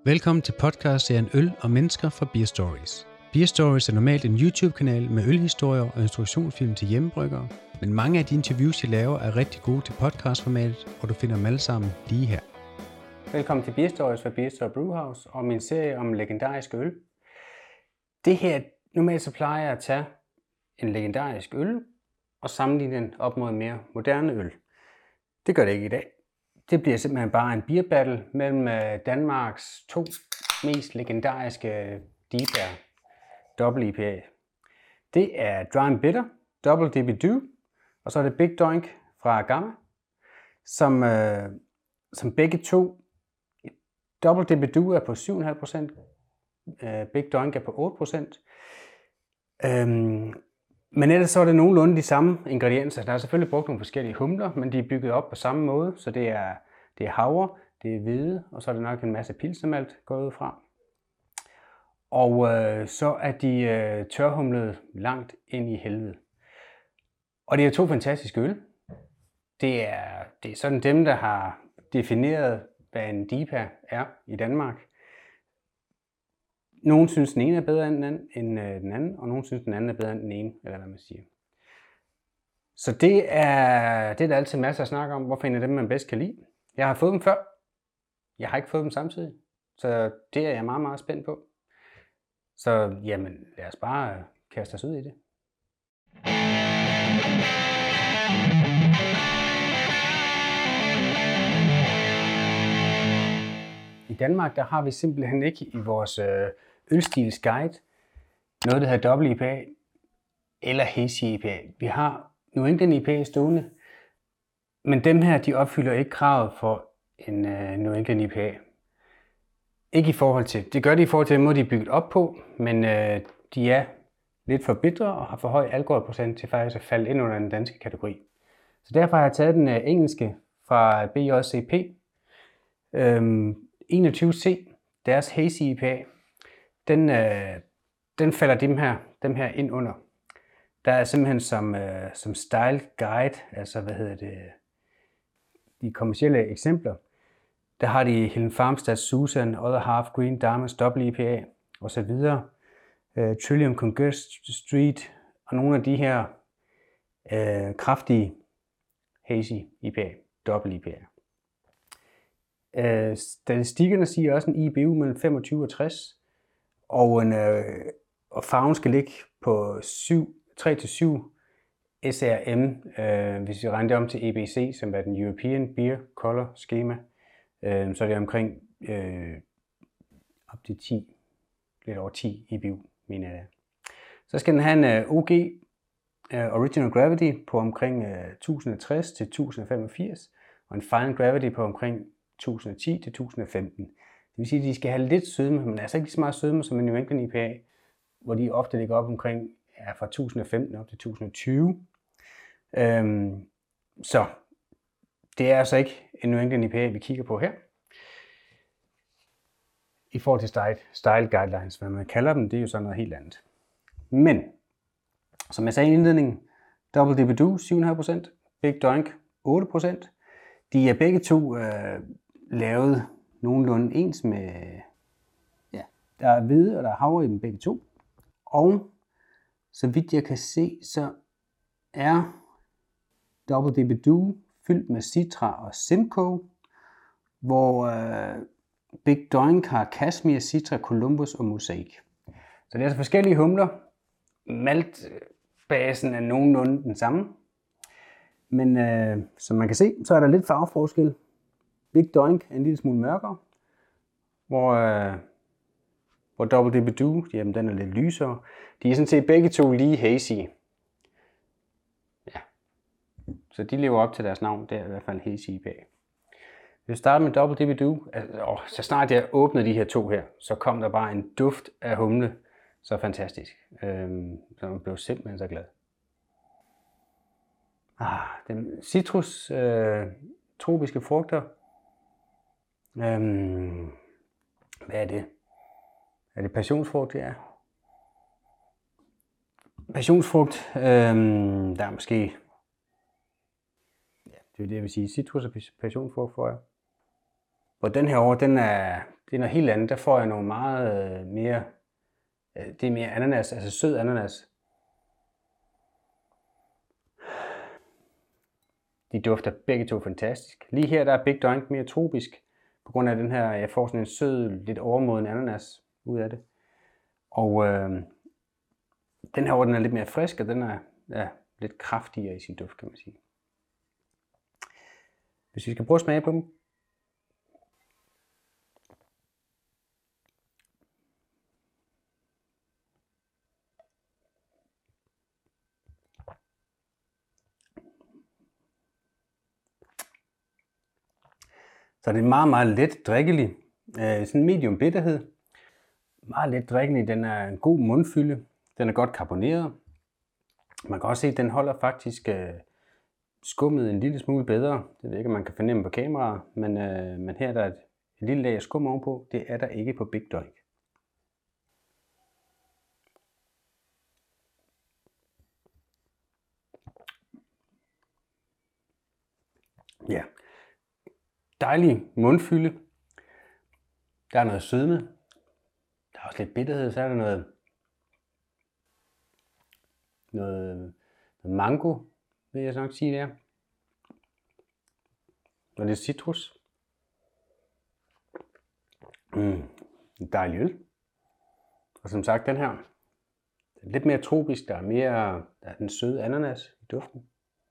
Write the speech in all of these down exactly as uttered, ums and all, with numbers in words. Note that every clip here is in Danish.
Velkommen til podcastserien Øl og Mennesker fra Beer Stories. Beer Stories er normalt en YouTube-kanal med ølhistorier og instruktionsfilm til hjemmebryggere, men mange af de interviews, jeg laver, er rigtig gode til podcastformatet, og du finder dem alle sammen lige her. Velkommen til Beer Stories fra Beer Story Brewhouse og min serie om legendariske øl. Det her, normalt så plejer jeg at tage en legendarisk øl og sammenligne den op mod en mere moderne øl. Det gør det ikke i dag. Det bliver simpelthen bare en beer battle mellem Danmarks to mest legendariske D I P A'er, Double I P A. Det er Dry and Bitter, Double Dibidoo, og så er det Big Doink fra Gamma, som, øh, som begge to, Double Dibidoo er på syv komma fem procent, øh, Big Doink er på otte procent. Øhm, Men ellers så er det nogenlunde de samme ingredienser. Der er selvfølgelig brugt nogle forskellige humler, men de er bygget op på samme måde. Så det er, det er havre, det er hvede, og så er det nok en masse pilsnermalt gået ud fra. Og øh, så er de øh, tørhumlet langt ind i helvede. Og det er to fantastiske øl. Det er, det er sådan dem, der har defineret, hvad en D I P A er i Danmark. Nogle synes, den ene er bedre end den anden, end den anden, og nogle synes, den anden er bedre end den ene, eller hvad man siger. Så det er, det er der altid masser at snakke om, hvorfor en af dem, man bedst kan lide. Jeg har fået dem før. Jeg har ikke fået dem samtidig. Så det er jeg meget, meget spændt på. Så jamen, lad os bare kaste os ud i det. I Danmark, der har vi simpelthen ikke i vores øh, ølstils guide noget, der hedder Double I P A eller Hazy I P A. Vi har New England I P A stående, men dem her, de opfylder ikke kravet for en øh, New England I P A. Ikke i forhold til, det gør de i forhold til den måde, de er bygget op på, men øh, de er lidt for bitre og har for høj alkoholprocent til faktisk at falde ind under den danske kategori. Så derfor har jeg taget den øh, engelske fra B J C P. Øhm, enogtyve C, deres Hazy I P A, den, øh, den falder dem her, dem her ind under. Der er simpelthen som, øh, som style guide, altså hvad hedder det, de kommercielle eksempler, der har de Helen Farmstad, Susan, Other Half, Green Diamonds, Double I P A og så videre. Øh, Trillium, Conquest Street og nogle af de her øh, kraftige Hazy I P A, Double I P A. Uh, statistikkerne siger også en I B U mellem femogtyve og tres, og, en, uh, og farven skal ligge på tre til syv S R M, uh, hvis vi regner det om til E B C, som er den European Beer Color Schema, uh, så er det omkring uh, op til ti, lidt over ti I B U, mener jeg. Så skal den have en uh, O G, uh, Original Gravity, på omkring uh, tusind og tres til tusind og femogfirs, og en Final Gravity på omkring tusind og ti til tusind og femten. Det vil sige, at de skal have lidt sødme, men altså ikke lige så meget sødme som en New England I P A, hvor de ofte ligger op omkring ja, fra tusind og femten op til tusind og tyve. Øhm, så det er altså ikke en New England I P A, vi kigger på her. I forhold til style, style guidelines, hvad man kalder dem, det er jo sådan noget helt andet. Men, som jeg sagde i indledningen, Double Dibidoo syv komma fem procent, Big Doink otte procent. De er begge to øh, lavet nogenlunde ens med, ja, der er hvede og der er havre i dem begge to. Og så vidt jeg kan se, så er Double Dibidoo fyldt med Citra og Simcoe, hvor øh, Big Doink har Cashmere, Citra, Columbus og Mosaic. Så det er altså forskellige humler. Maltbasen er nogenlunde den samme. Men øh, som man kan se, så er der lidt farveforskel. Big Doink er en lille smule mørkere, hvor, øh, hvor Double Dibidoo, jamen den er lidt lysere. De er sådan set begge to lige hazy. Ja. Så de lever op til deres navn, det er i hvert fald hazy I P A. Hvis vi starter med Double Dibidoo, altså, åh, så snart jeg åbnede de her to her, så kom der bare en duft af humle. Så fantastisk. Øhm, så man blev simpelthen så glad. Ah, den citrus, øh, tropiske frugter. Øhm, hvad er det? Er det passionsfrugt? Ja. Passionsfrugt, øhm, der er måske, ja, det er det, jeg vil sige, citrus og passionsfrugt for jer. Og den her over, den er, det er noget helt andet. Der får jeg nogle meget øh, mere, øh, det er mere ananas, altså sød ananas. De dufter begge to fantastisk. Lige her der er Big Doink mere tropisk, på grund af den her, jeg får sådan en sød, lidt overmoden ananas ud af det. Og øh, den her, den er lidt mere frisk, og den er ja, lidt kraftigere i sin duft, kan man sige. Hvis vi skal prøve at smage på dem. Så det er meget, meget let drikkelig. Øh, sådan en medium bitterhed. Meget let drikkelig. Den er en god mundfylde. Den er godt karboneret. Man kan også se, at den holder faktisk øh, skummet en lille smule bedre. Det ved jeg ikke, om man kan fornemme på kameraet. Men, øh, men her er der et, et lille lag af skum ovenpå. Det er der ikke på Big Doink. Ja. Dejlig mundfylde. Der er noget sødme. Der er også lidt bitterhed. Så er der noget, noget, noget mango, vil jeg nok sige der. Og lidt citrus. Mm, en dejlig øl. Og som sagt, den her er lidt mere tropisk. Der er mere, der er den søde ananas i duften.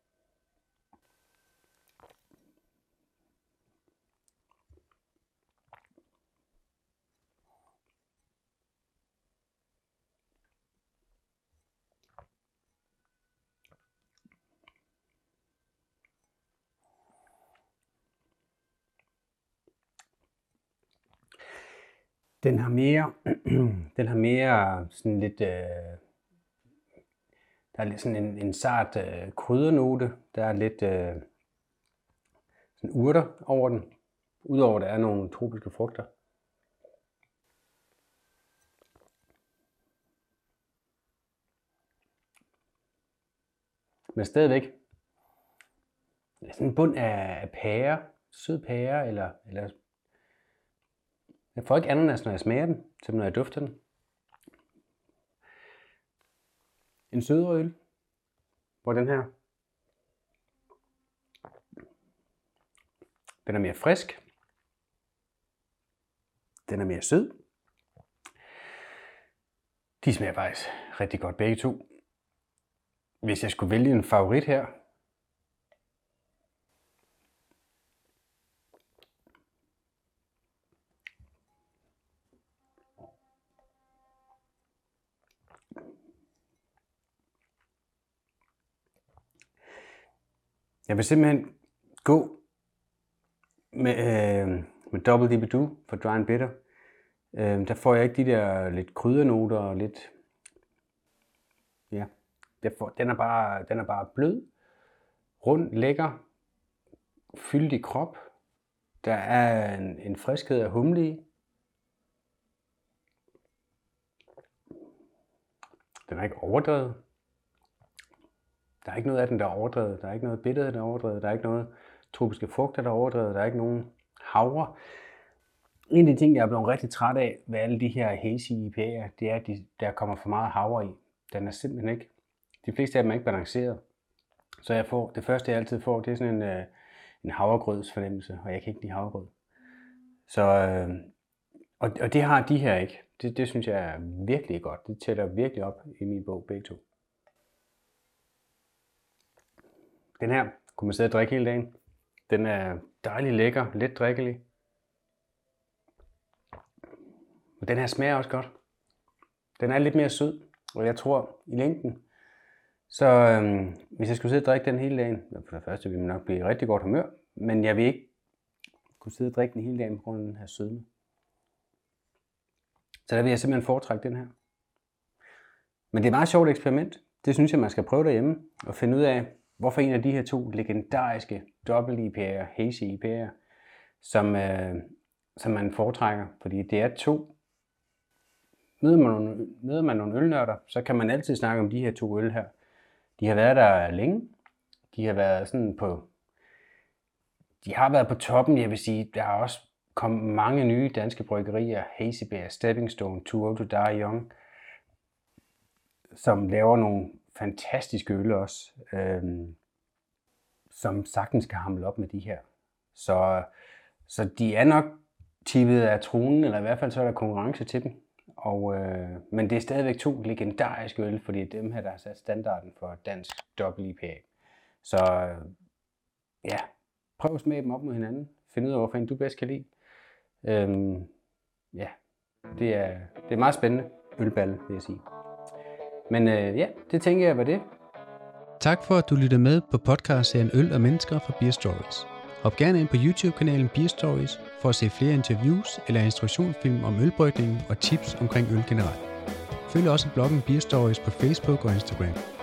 Den har mere, den har mere sådan lidt, øh, der er lidt sådan en, en sart øh, kryddernote. Der er lidt øh, sådan urter over den, udover der er nogle tropiske frugter. Men stadigvæk sådan en bund af, af pære, sød pære, eller, eller jeg får ikke ananas, når jeg smager den, som når jeg dufter den. En sødere øl, hvor den her, den er mere frisk, den er mere sød. De smager faktisk rigtig godt begge to. Hvis jeg skulle vælge en favorit her, jeg vil simpelthen gå med, øh, med Double Dipper for Dry and Bitter. Øh, der får jeg ikke de der lidt kryddernoter og lidt, ja, får, den, er bare, den er bare blød, rund, lækker, fyldig krop. Der er en, en friskhed af humle i. Den er ikke overdrevet. Der er ikke noget af den, der er overdrevet. Der er ikke noget bitterhed, der er overdrevet. Der er ikke noget tropiske frugter, der er overdrevet. Der er ikke nogen havre. En af de ting, jeg er blevet rigtig træt af ved alle de her hazy I P A'er, det er, at de, der kommer for meget havre i. Den er simpelthen ikke. De fleste af dem er ikke balanceret. Så jeg får, det første, jeg altid får, det er sådan en, øh, en havregrødsfornemmelse, og jeg kan ikke lide havregrød. Så, øh, og, og det har de her ikke. Det, det synes jeg er virkelig godt. Det tæller virkelig op i min bog, begge to. Den her kunne man sidde og drikke hele dagen. Den er dejlig lækker, let drikkelig. Og den her smager også godt. Den er lidt mere sød, og jeg tror i længden, så øhm, hvis jeg skulle sidde og drikke den hele dagen, for det første ville man nok blive i rigtig godt humør, men jeg vil ikke kunne sidde og drikke den hele dagen på grund af den her sødme. Så der vil jeg simpelthen foretrække den her. Men det er et meget sjovt eksperiment. Det synes jeg, man skal prøve derhjemme og finde ud af, hvorfor en af de her to legendariske dobbelt I P A'er, hazy I P A'er, som, øh, som man foretrækker. Fordi det er to. Møder man, nogle, møder man nogle ølnørder, så kan man altid snakke om de her to øl her. De har været der længe. De har været sådan på, de har været på toppen, jeg vil sige. Der er også kom mange nye danske bryggerier, Hazy Bear, Stepping Stone, Too Old to Die Young, som laver nogle fantastiske øl også, øhm, som sagtens kan hamle op med de her. Så, så de er nok tippet af tronen, eller i hvert fald så er der konkurrence til dem. Og, øh, men det er stadigvæk to legendariske øl, fordi det er dem her, der har sat standarden for dansk dobbelt I P A. Så ja, prøv at smage dem op mod hinanden. Find ud af, hvorfor du bedst kan lide. Øhm, ja, det er, det er meget spændende ølballe, vil jeg sige. Men øh, ja, det tænker jeg var det. Tak for, at du lyttede med på podcastserien Øl og Mennesker fra Beer Stories. Hop gerne ind på YouTube-kanalen Beer Stories for at se flere interviews eller instruktionsfilm om ølbrygning og tips omkring øl generelt. Følg også bloggen Beer Stories på Facebook og Instagram.